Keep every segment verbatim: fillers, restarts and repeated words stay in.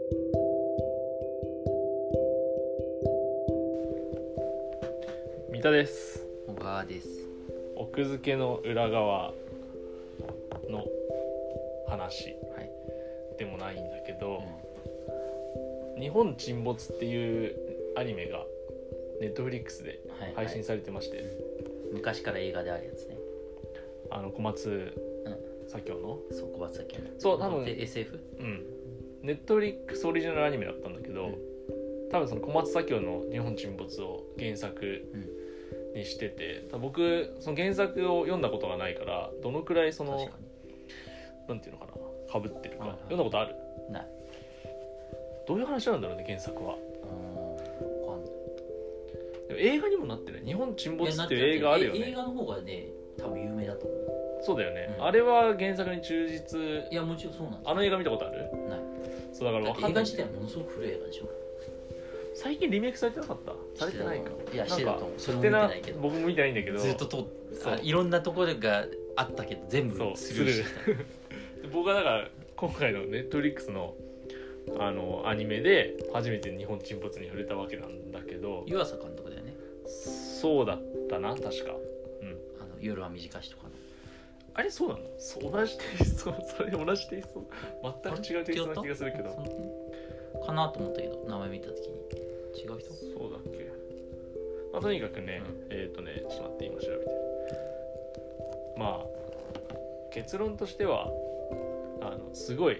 三田です。 小川です。 奥付けの裏側の話でもないんだけど、はいうん、日本沈没っていうアニメがネットフリックスで配信されてまして、はいはい、 昔から映画であるやつね。 あの小松左京の、 うん、そう小松左京のそう多分エスエフ？ うんネットフリックスオリジナルアニメだったんだけど、うん、多分その小松左京の日本沈没を原作にしてて、うん、僕その原作を読んだことがないからどのくらいそのなんていうのかな被ってるか、はいはい、読んだことある？ ない。 どういう話なんだろうね原作は。 うんわかんない。 でも映画にもなってる。日本沈没っていう映画あるよね。 映画の方がね多分有名だと思う。 そうだよね、 うん、 あれは原作に忠実。 いやもちろんそうなんです。 あの映画見たことある？ ない。 そうだから分かんない。 映画自体はものすごく古い映画でしょ。 最近リメイクされてなかった？されてないか。 いやしてたと思う。それも見てないけど。 僕も見てないんだけど。 ずっとといろんなところがあったけど全部スルーしてた。 僕はだから今回のネットフリックスのあのアニメで初めて日本沈没に触れたわけなんだけど。 湯浅監督だよね。 そうだったな確か。うん。 あの夜は短しとかの。 あれそうなの？そう同じテイスト、それ同じテイスト、全く違うテイストな気がするけど。 かなと思ったけど、名前見たときに違う人？ そうだっけ？まあとにかくね、うん、えっ、ー、とね、ちょっと待って今調べてる。まあ結論としてはあのすごい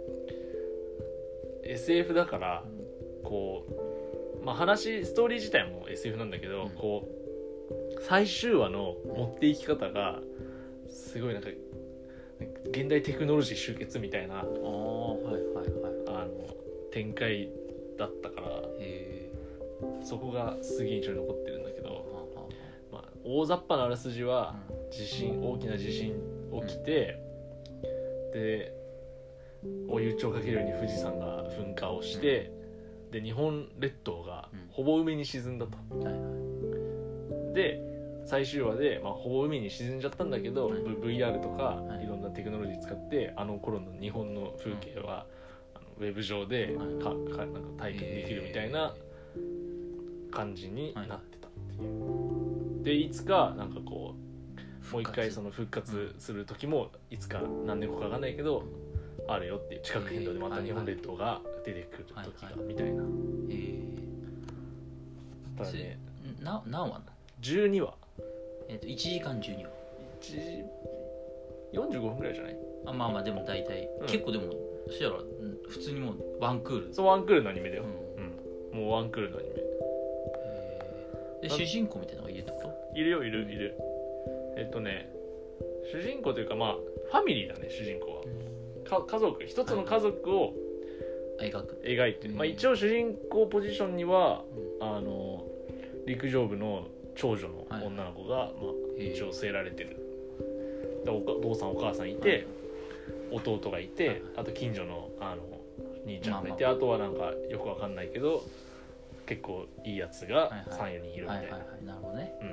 エスエフ だから、うん、こうまあ話ストーリー自体も エスエフ なんだけど、うん、こう最終話の持っていき方がすごいなんか現代テクノロジー集結みたいなあ、はいはいはい、あの展開だったからへそこがすげえ印象に残ってるんだけど、まあ、大雑把なあらすじは地震大きな地震起きて、うん、で追い打ちをかけるように富士山が噴火をして、うん、で日本列島がほぼ海に沈んだと、うんはいはい、で最終話で、まあ、ほぼ海に沈んじゃったんだけど、はい、ブイアール とか、はい、いろんなテクノロジー使ってあの頃の日本の風景は、はい、あのウェブ上でか、はい、かなんか体験できるみたいな感じになってたっていう、はい、でいつかなんかこうもう一回その復活する時もいつか何年後かわかんないけどあるよっていう地殻変動でまた日本列島が出てくる時がみたいな。ただねな何話なの？ じゅうにわ。 えー、といちじかんじゅうにわいちじよんじゅうごふんぐらいじゃない？あまあまあでも大体、うん、結構でもそしたら普通にもうワンクール。 そうワンクールのアニメだよ、うんうん、もうワンクールのアニメ。 で主人公みたいなのがいるってこと？ いるよいるいる。えっ、ー、とね主人公というかまあファミリーだね主人公は、うん、か家族一つの家族を描く描いて、まあ、一応主人公ポジションには、うん、あの陸上部の長女の女の子が、はいまあ、一応据えられてる。でお父さんお母さんいて、はい、弟がいて、はい、あと近所の、あの兄ちゃんがいて、まあまあ、あとはなんかよくわかんないけど結構いいやつが さんよにんいるみたいな。 はいはいはいはい、なるほどね。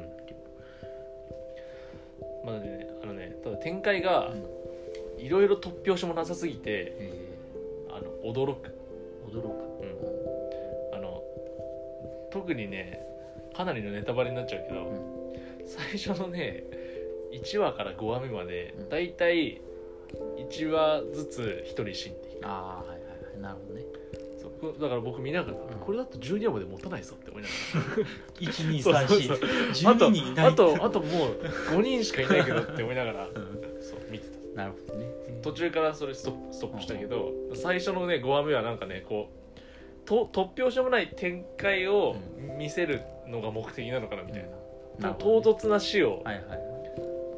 うん。まだねあのねただ展開がいろいろ突拍子もなさすぎて、うん、あの驚く驚く。 うん。あの特にねかなりのネタバレになっちゃうけど、うん、最初のねいちわからごわめまで、うん、だいたいいちわずつひとり死んでいく。 ああはいはいはいなるほどね。 そうだから僕見ながら、うん、これだとじゅうにわまで持たないぞって思いながらいちにさんしじゅうににんいない。 あとあともうごにんしかいないけどって思いながら、うん、そう見てた。 なるほどね。 途中からそれストップストップしたけど、うん、最初のねごわめはなんかねこうと突拍子もない展開を見せるのが目的なのかなみたいな、うん、唐突な死を、はいはい、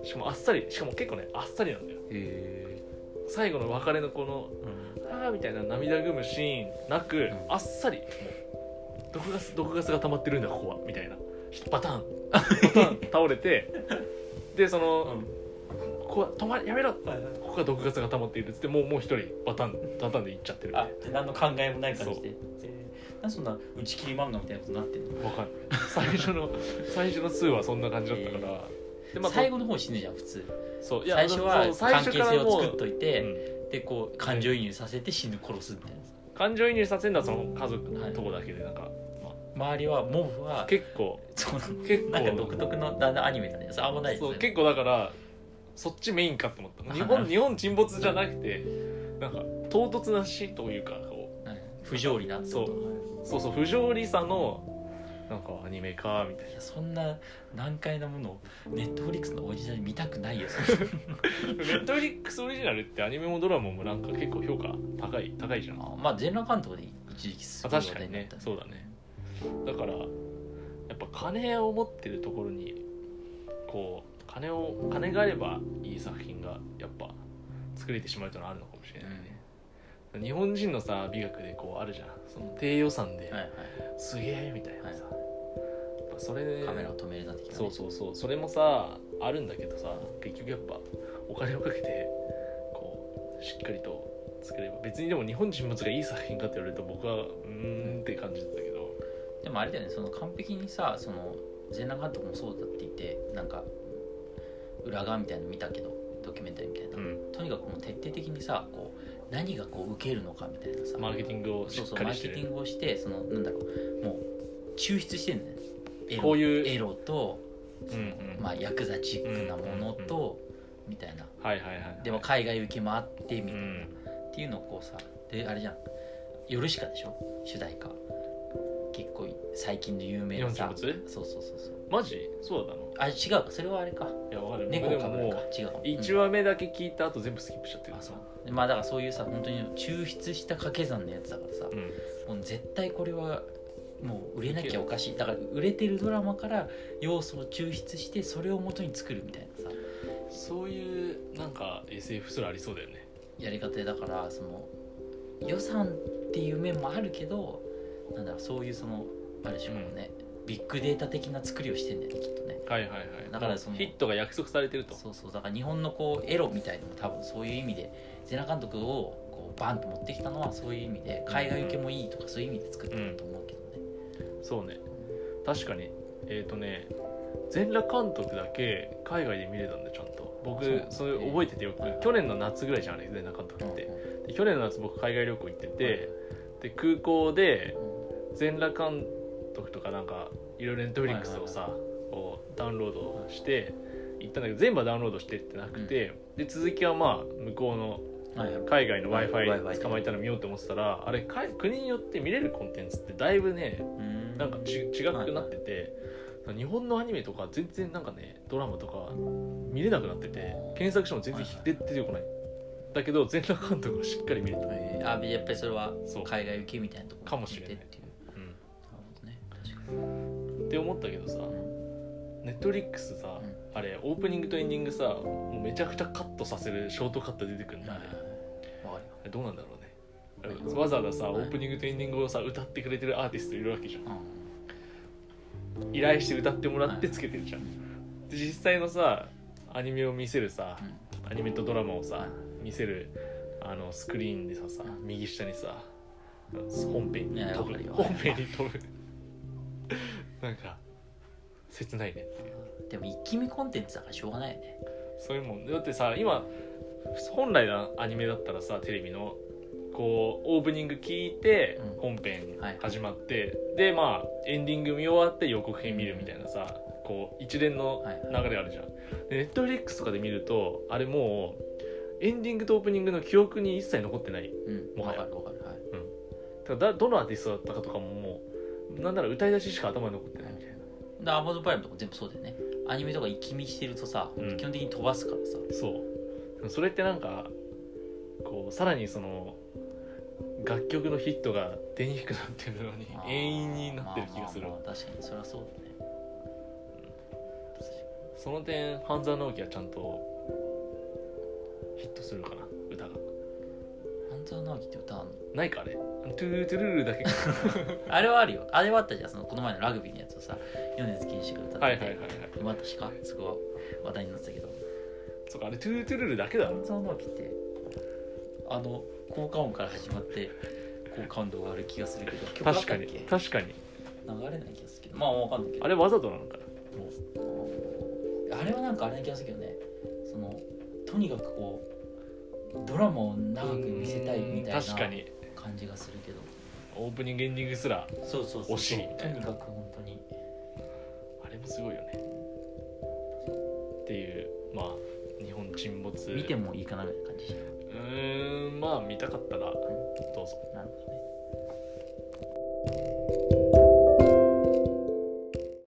しかもあっさりしかも結構ねあっさりなんだよ。へ最後の別れのこの、うん、あーみたいな涙ぐむシーンなく、うん、あっさりもう毒ガス毒ガスが溜まってるんだここはみたいなバタンバタン倒れてでその、うん、ここは止まれやめろ、はいはい、ここが毒ガスが溜まっているっつってもうもう一人バタンバタンでいっちゃってる。 あ何の考えもない感じでなんでそんな打ち切り漫画みたいなことになってんの？ わかんない最初の最初のにはそんな感じだったから、 えーでまあ、最後の方死ぬじゃん普通。 そういや最初は関係性を作っといて、うん、でこう感情移入させて死ぬ殺すみたいな感情移入させるのはその家族のとこだけでなんか、 ま、周りはモブは結構そう結構なんか独特のだんだんアニメだね。それあんまないですそうね。 結構だからそっちメインかと思った日本日本沈没じゃなくてなんか唐突な死というかこう、 はい、不条理なってこと。 そうそう不条理さのなんかアニメかみたいないやそんな難解なものをネットフリックスのオリジナル見たくないよ。 ネットフリックスオリジナルってアニメもドラマもなんか結構評価高い高いじゃん。 あまあ全裸監督で一時期すごい確かにねそうだね。だからやっぱ金を持ってるところにこう金を金があればいい作品がやっぱ作れてしまうというのはあるのかもしれないね、うん、日本人のさ美学でこうあるじゃんその低予算で、はいはい、すげえみたいなさ、はい、やっぱそれでカメラを止めるなってきた、ね、 そうそうそうそれもさあるんだけどさ結局やっぱお金をかけてこうしっかりと作れば別にでも日本人物がいい作品かって言われると僕はうーんって感じだったけどでもあれだよねその完璧にさその全裸監督もそうだって言ってなんか裏側みたいなの見たけどドキュメンタリーみたいな、うん、とにかくもう徹底的にさこう何がこう受けるのかみたいなさマーケティングをしっかりしてるそうそうマーケティングをしてそのなんだろうもう抽出してるんだよねエロこういうエロと、 うんうんまあ、ヤクザチックなものと、うんうんうん、みたいな、 はいはいはいはい、 でも海外受けもあってみたいな、うん、っていうのをこうさであれじゃんヨルシカでしょ主題歌結構最近の有名なさそうそうそうそうマジそうだのあ違うかそれはあれかいやわかる猫かぶるか違うかいちわめだけ聞いた後全部スキップしちゃってる、 あそうまあだからそういうさ本当に抽出した掛け算のやつだからさ、うん、もう絶対これはもう売れなきゃおかしいだから売れてるドラマから要素を抽出してそれを元に作るみたいなさそういうなんか エスエフ すらありそうだよねやり方でだからその予算っていう面もあるけどなんだろうそういうそのある種のね、うん、ビッグデータ的な作りをしてんだよねきっとねはいはいはいだからそのヒットが約束されてるとそうそうだから日本のこうエロみたいのも多分そういう意味で全裸監督をこうバンと持ってきたのはそういう意味で海外受けもいいとかそういう意味で作ったんだと思うけどね、 うん、そうね確かにえっ、ー、とね全裸監督だけ海外で見れたんでちゃんと僕 そ, それ覚えててよく、はい、去年の夏ぐらいじゃない全裸監督って、うん、で去年の夏僕海外旅行行ってて、はい、で空港で全裸監督とかなんかいろいろネットフリックスをさ、はいはいはい、こうダウンロードして行ったんだけど全部はダウンロードしてってなくて、うん、で続きはまあ向こうの海外の Wi-Fi 捕まえたの見ようと思ってたらあれ国によって見れるコンテンツってだいぶねなんかち違くなってて、はいはい、日本のアニメとか全然なんかねドラマとか見れなくなってて検索しても全然出てこない、はいはい、だけど全裸監督はしっかり見れた、 えー、あやっぱりそれは海外受けみたいなところかもしれないっていう、うん、なるほどね確かにって思ったけどさ、うん、ネットフリックスさ、うん、あれオープニングとエンディングさもうめちゃくちゃカットさせるショートカット出てくるんだ、うん、あれどうなんだろうねわざわざさ、うん、オープニングとエンディングをさ歌ってくれてるアーティストいるわけじゃん、うん、依頼して歌ってもらってつけてるじゃん、で実際のさアニメを見せるさ、うん、アニメとドラマをさ見せるあのスクリーンでさ、さ右下にさ本編に飛ぶ本編に飛ぶなんか切ないねっていう。 でも一気見コンテンツだからしょうがないよねそういうもんだってさ今本来のアニメだったらさテレビのこうオープニング聞いて本編始まって、うんはい、でまあエンディング見終わって予告編見るみたいなさ、うん、こう一連の流れあるじゃん、はいはい、でネットフリックスとかで見るとあれもうエンディングとオープニングの記憶に一切残ってない、うん、もはや、はいはいうん、だどのアーティストだったかとかももうなんなら歌い出ししか頭に残ってないみたいな。 でアマゾンプライムとか全部そうだよね。アニメとか一気見してるとさ、うん、基本的に飛ばすからさ。 そうそれってなんかこうさらにその楽曲のヒットが出にくくなってるのに永遠になってる気がする。 まあまあまあ、確かにそれはそうだね、 うん、その点半沢直樹はちゃんとヒットするかな歌が。 半沢直樹って歌あんのないかあれトゥートゥルルルだけあれはあるよ。あれはあったじゃん。そのこの前のラグビーのやつをさ米津玄師が歌ってて、 はいはいはいはい、 今確かすごい話題になってたけど、 そうかあれトゥートゥルルだけだろ。 半沢直樹ってあの効果音から始まって効果音がある気がするけど曲だったっけ。 確かに確かに流れない気がするけどまあわかんないけどあれわざとなのかな。 もうあれはなんかあれな気がするけどね。そのとにかくこうドラマを長く見せたいみたいな確かに感じがするけど、 オープニングエンディングすらそうそうそう、 惜しいみたいな、 とにかく本当にあれもすごいよねっていう、まあ日本沈没見てもいいかなみたいな感じしうーんまあ見たかったらどうぞ。 なるほどね。